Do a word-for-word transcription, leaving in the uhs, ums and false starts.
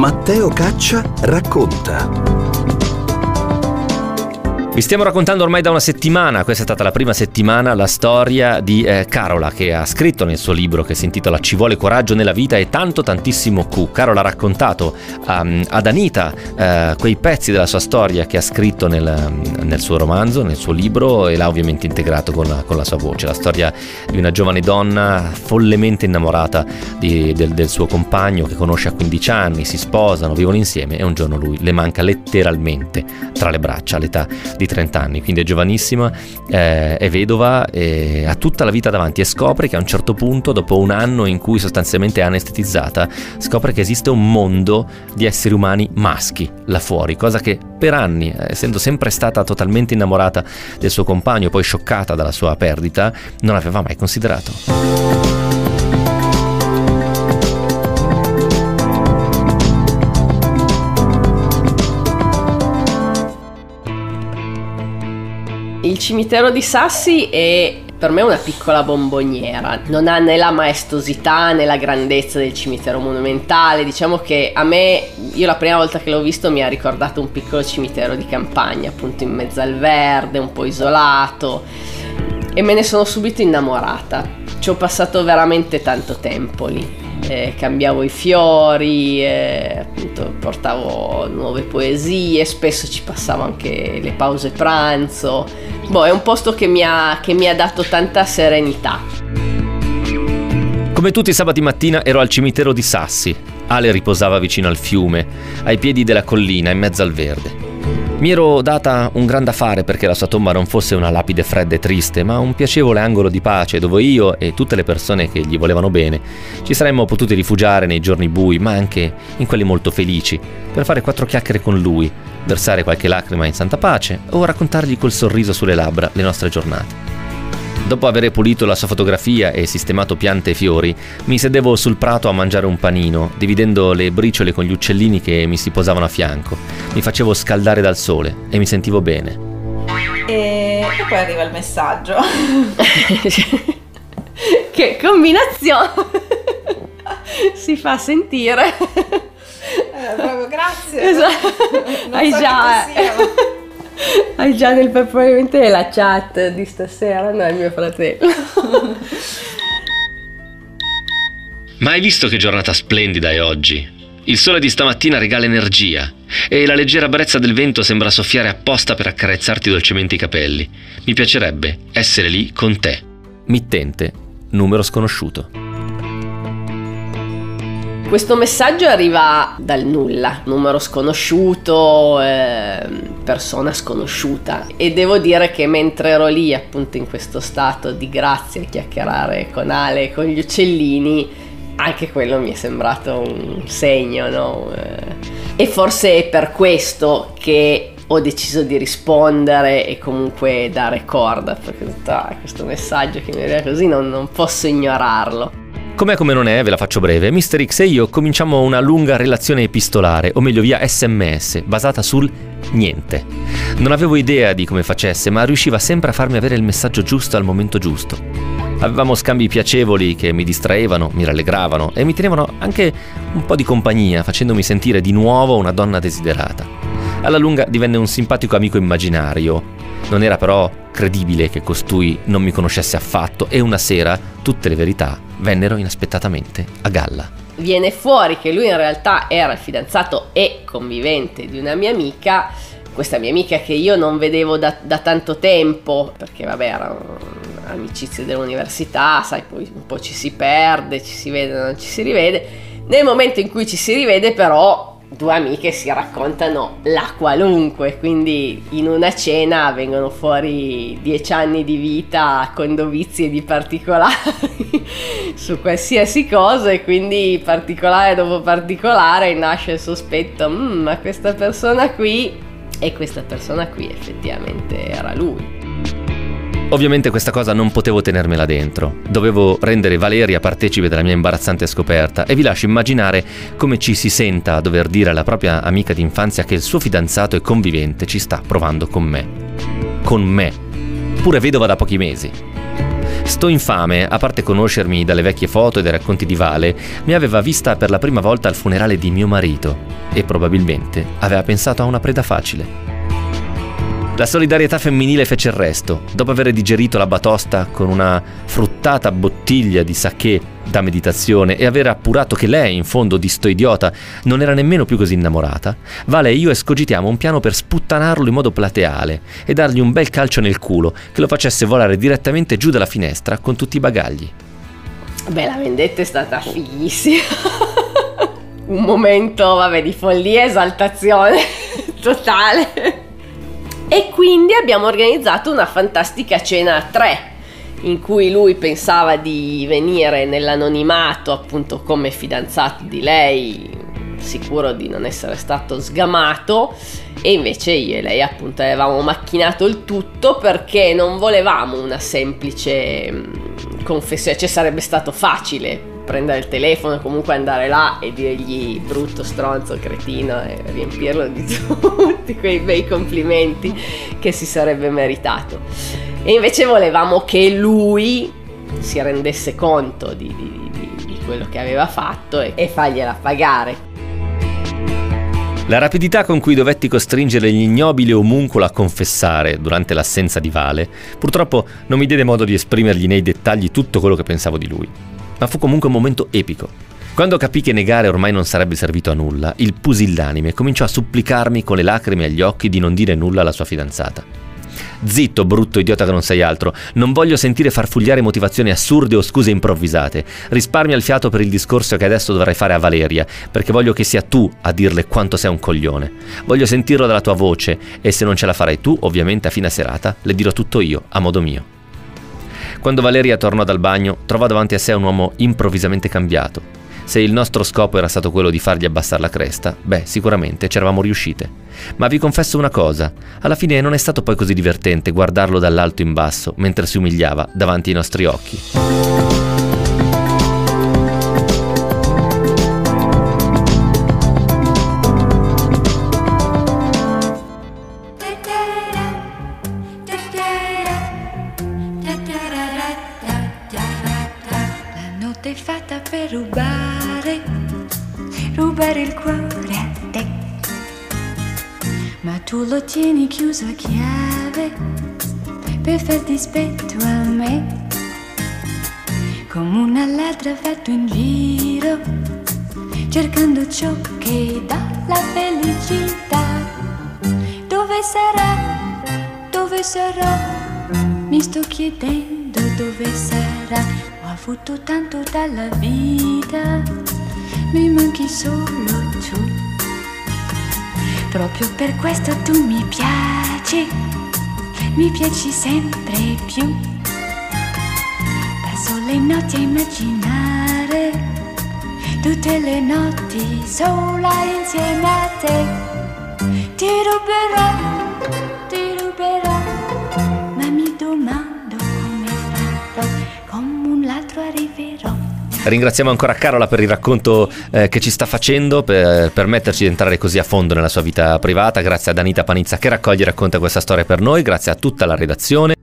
Matteo Caccia racconta. Vi stiamo raccontando ormai da una settimana, questa è stata la prima settimana, la storia di eh, Carola, che ha scritto nel suo libro che si intitola Ci vuole coraggio nella vita e tanto tantissimo Q. Carola ha raccontato um, ad Anita uh, quei pezzi della sua storia che ha scritto nel, nel suo romanzo, nel suo libro, e l'ha ovviamente integrato con la, con la sua voce. La storia di una giovane donna follemente innamorata di, del, del suo compagno, che conosce a quindici anni, si sposano, vivono insieme e un giorno lui le manca letteralmente tra le braccia all'età di trenta anni, quindi è giovanissima, eh, è vedova, e ha tutta la vita davanti, e scopre che a un certo punto, dopo un anno in cui sostanzialmente è anestetizzata, scopre che esiste un mondo di esseri umani maschi là fuori, cosa che per anni, essendo sempre stata totalmente innamorata del suo compagno, poi scioccata dalla sua perdita, non aveva mai considerato. Il cimitero di Sassi è per me una piccola bomboniera, non ha né la maestosità né la grandezza del cimitero monumentale. Diciamo che a me, io la prima volta che l'ho visto mi ha ricordato un piccolo cimitero di campagna, appunto in mezzo al verde, un po' isolato, e me ne sono subito innamorata. Ci ho passato veramente tanto tempo lì. Eh, cambiavo i fiori, eh, appunto portavo nuove poesie, spesso ci passavo anche le pause pranzo. Boh, è un posto che mi ha, che mi ha dato tanta serenità. Come tutti i sabati mattina ero al cimitero di Sassi. Ale riposava vicino al fiume, ai piedi della collina, in mezzo al verde. Mi ero data un gran da fare perché la sua tomba non fosse una lapide fredda e triste, ma un piacevole angolo di pace dove io e tutte le persone che gli volevano bene ci saremmo potuti rifugiare nei giorni bui, ma anche in quelli molto felici, per fare quattro chiacchiere con lui, versare qualche lacrima in santa pace o raccontargli col sorriso sulle labbra le nostre giornate. Dopo aver pulito la sua fotografia e sistemato piante e fiori, mi sedevo sul prato a mangiare un panino, dividendo le briciole con gli uccellini che mi si posavano a fianco. Mi facevo scaldare dal sole e mi sentivo bene. E, e poi arriva il messaggio. Che combinazione! Si fa sentire. Eh, proprio grazie. Esatto. Non Hai so già. chi sia. Hai già nel probabilmente la chat di stasera, no, è mio fratello. Ma hai visto che giornata splendida è oggi? Il sole di stamattina regala energia e la leggera brezza del vento sembra soffiare apposta per accarezzarti dolcemente i capelli. Mi piacerebbe essere lì con te. Mittente, numero sconosciuto. Questo messaggio arriva dal nulla, numero sconosciuto, eh, persona sconosciuta, e devo dire che mentre ero lì appunto in questo stato di grazia a chiacchierare con Ale e con gli uccellini, anche quello mi è sembrato un segno, no? E forse è per questo che ho deciso di rispondere e comunque dare corda, perché ho detto, ah, questo messaggio che mi arriva così non, non posso ignorarlo. Com'è come non è, ve la faccio breve. mister X e io cominciamo una lunga relazione epistolare, o meglio via sms, basata sul niente. Non avevo idea di come facesse, ma riusciva sempre a farmi avere il messaggio giusto al momento giusto. Avevamo scambi piacevoli che mi distraevano, mi rallegravano e mi tenevano anche un po' di compagnia, facendomi sentire di nuovo una donna desiderata. Alla lunga divenne un simpatico amico immaginario. Non era però credibile che costui non mi conoscesse affatto, e una sera tutte le verità vennero inaspettatamente a galla. Viene fuori che lui in realtà era il fidanzato e convivente di una mia amica, questa mia amica che io non vedevo da, da tanto tempo, perché vabbè erano amicizie dell'università, sai, poi un po' ci si perde, ci si vede, non ci si rivede. Nel momento in cui ci si rivede però due amiche si raccontano la qualunque, quindi in una cena vengono fuori dieci anni di vita con dovizie di particolari su qualsiasi cosa, e quindi particolare dopo particolare nasce il sospetto, mm, ma questa persona qui, e questa persona qui effettivamente era lui. Ovviamente questa cosa non potevo tenermela dentro. Dovevo rendere Valeria partecipe della mia imbarazzante scoperta, e vi lascio immaginare come ci si senta a dover dire alla propria amica d'infanzia che il suo fidanzato e convivente ci sta provando con me. Con me. Pure vedova da pochi mesi. Sto infame, a parte conoscermi dalle vecchie foto e dai racconti di Vale, mi aveva vista per la prima volta al funerale di mio marito e probabilmente aveva pensato a una preda facile. La solidarietà femminile fece il resto. Dopo aver digerito la batosta con una fruttata bottiglia di sakè da meditazione e aver appurato che lei, in fondo, di sto idiota, non era nemmeno più così innamorata, Vale e io escogitiamo un piano per sputtanarlo in modo plateale e dargli un bel calcio nel culo che lo facesse volare direttamente giù dalla finestra con tutti i bagagli. Beh, la vendetta è stata fighissima. Un momento, vabbè, di follia e esaltazione totale. E quindi abbiamo organizzato una fantastica cena a tre, in cui lui pensava di venire nell'anonimato, appunto come fidanzato di lei, sicuro di non essere stato sgamato, e invece io e lei appunto avevamo macchinato il tutto perché non volevamo una semplice confessione, cioè sarebbe stato facile prendere il telefono e comunque andare là e dirgli brutto, stronzo, cretino e riempirlo di tutti quei bei complimenti che si sarebbe meritato. E invece volevamo che lui si rendesse conto di, di, di, di quello che aveva fatto e, e fargliela pagare. La rapidità con cui dovetti costringere l'ignobile omuncolo a confessare durante l'assenza di Vale purtroppo non mi diede modo di esprimergli nei dettagli tutto quello che pensavo di lui. Ma fu comunque un momento epico. Quando capì che negare ormai non sarebbe servito a nulla, il pusillanime cominciò a supplicarmi con le lacrime agli occhi di non dire nulla alla sua fidanzata. Zitto, brutto idiota che non sei altro, non voglio sentire farfugliare motivazioni assurde o scuse improvvisate. Risparmia il fiato per il discorso che adesso dovrai fare a Valeria, perché voglio che sia tu a dirle quanto sei un coglione. Voglio sentirlo dalla tua voce e se non ce la farai tu, ovviamente a fine serata, le dirò tutto io, a modo mio. Quando Valeria tornò dal bagno, trovò davanti a sé un uomo improvvisamente cambiato. Se il nostro scopo era stato quello di fargli abbassare la cresta, beh, sicuramente ci eravamo riuscite. Ma vi confesso una cosa, alla fine non è stato poi così divertente guardarlo dall'alto in basso mentre si umiliava davanti ai nostri occhi. È fatta per rubare, rubare il cuore a te, ma tu lo tieni chiuso a chiave per far dispetto a me, come una ladra fatto in giro, cercando ciò che dà la felicità. Dove sarà, dove sarà, mi sto chiedendo dove sarà. Ho avuto tanto dalla vita, mi manchi solo tu. Proprio per questo tu mi piaci, mi piaci sempre più. Passo le notti a immaginare, tutte le notti sola insieme a te. Ti ruberò, ti ruberò, ma mi domando come farò, come un ladro arriverò. Ringraziamo ancora Carola per il racconto eh, che ci sta facendo, per permetterci di entrare così a fondo nella sua vita privata. Grazie ad Anita Panizza che raccoglie e racconta questa storia per noi, grazie a tutta la redazione.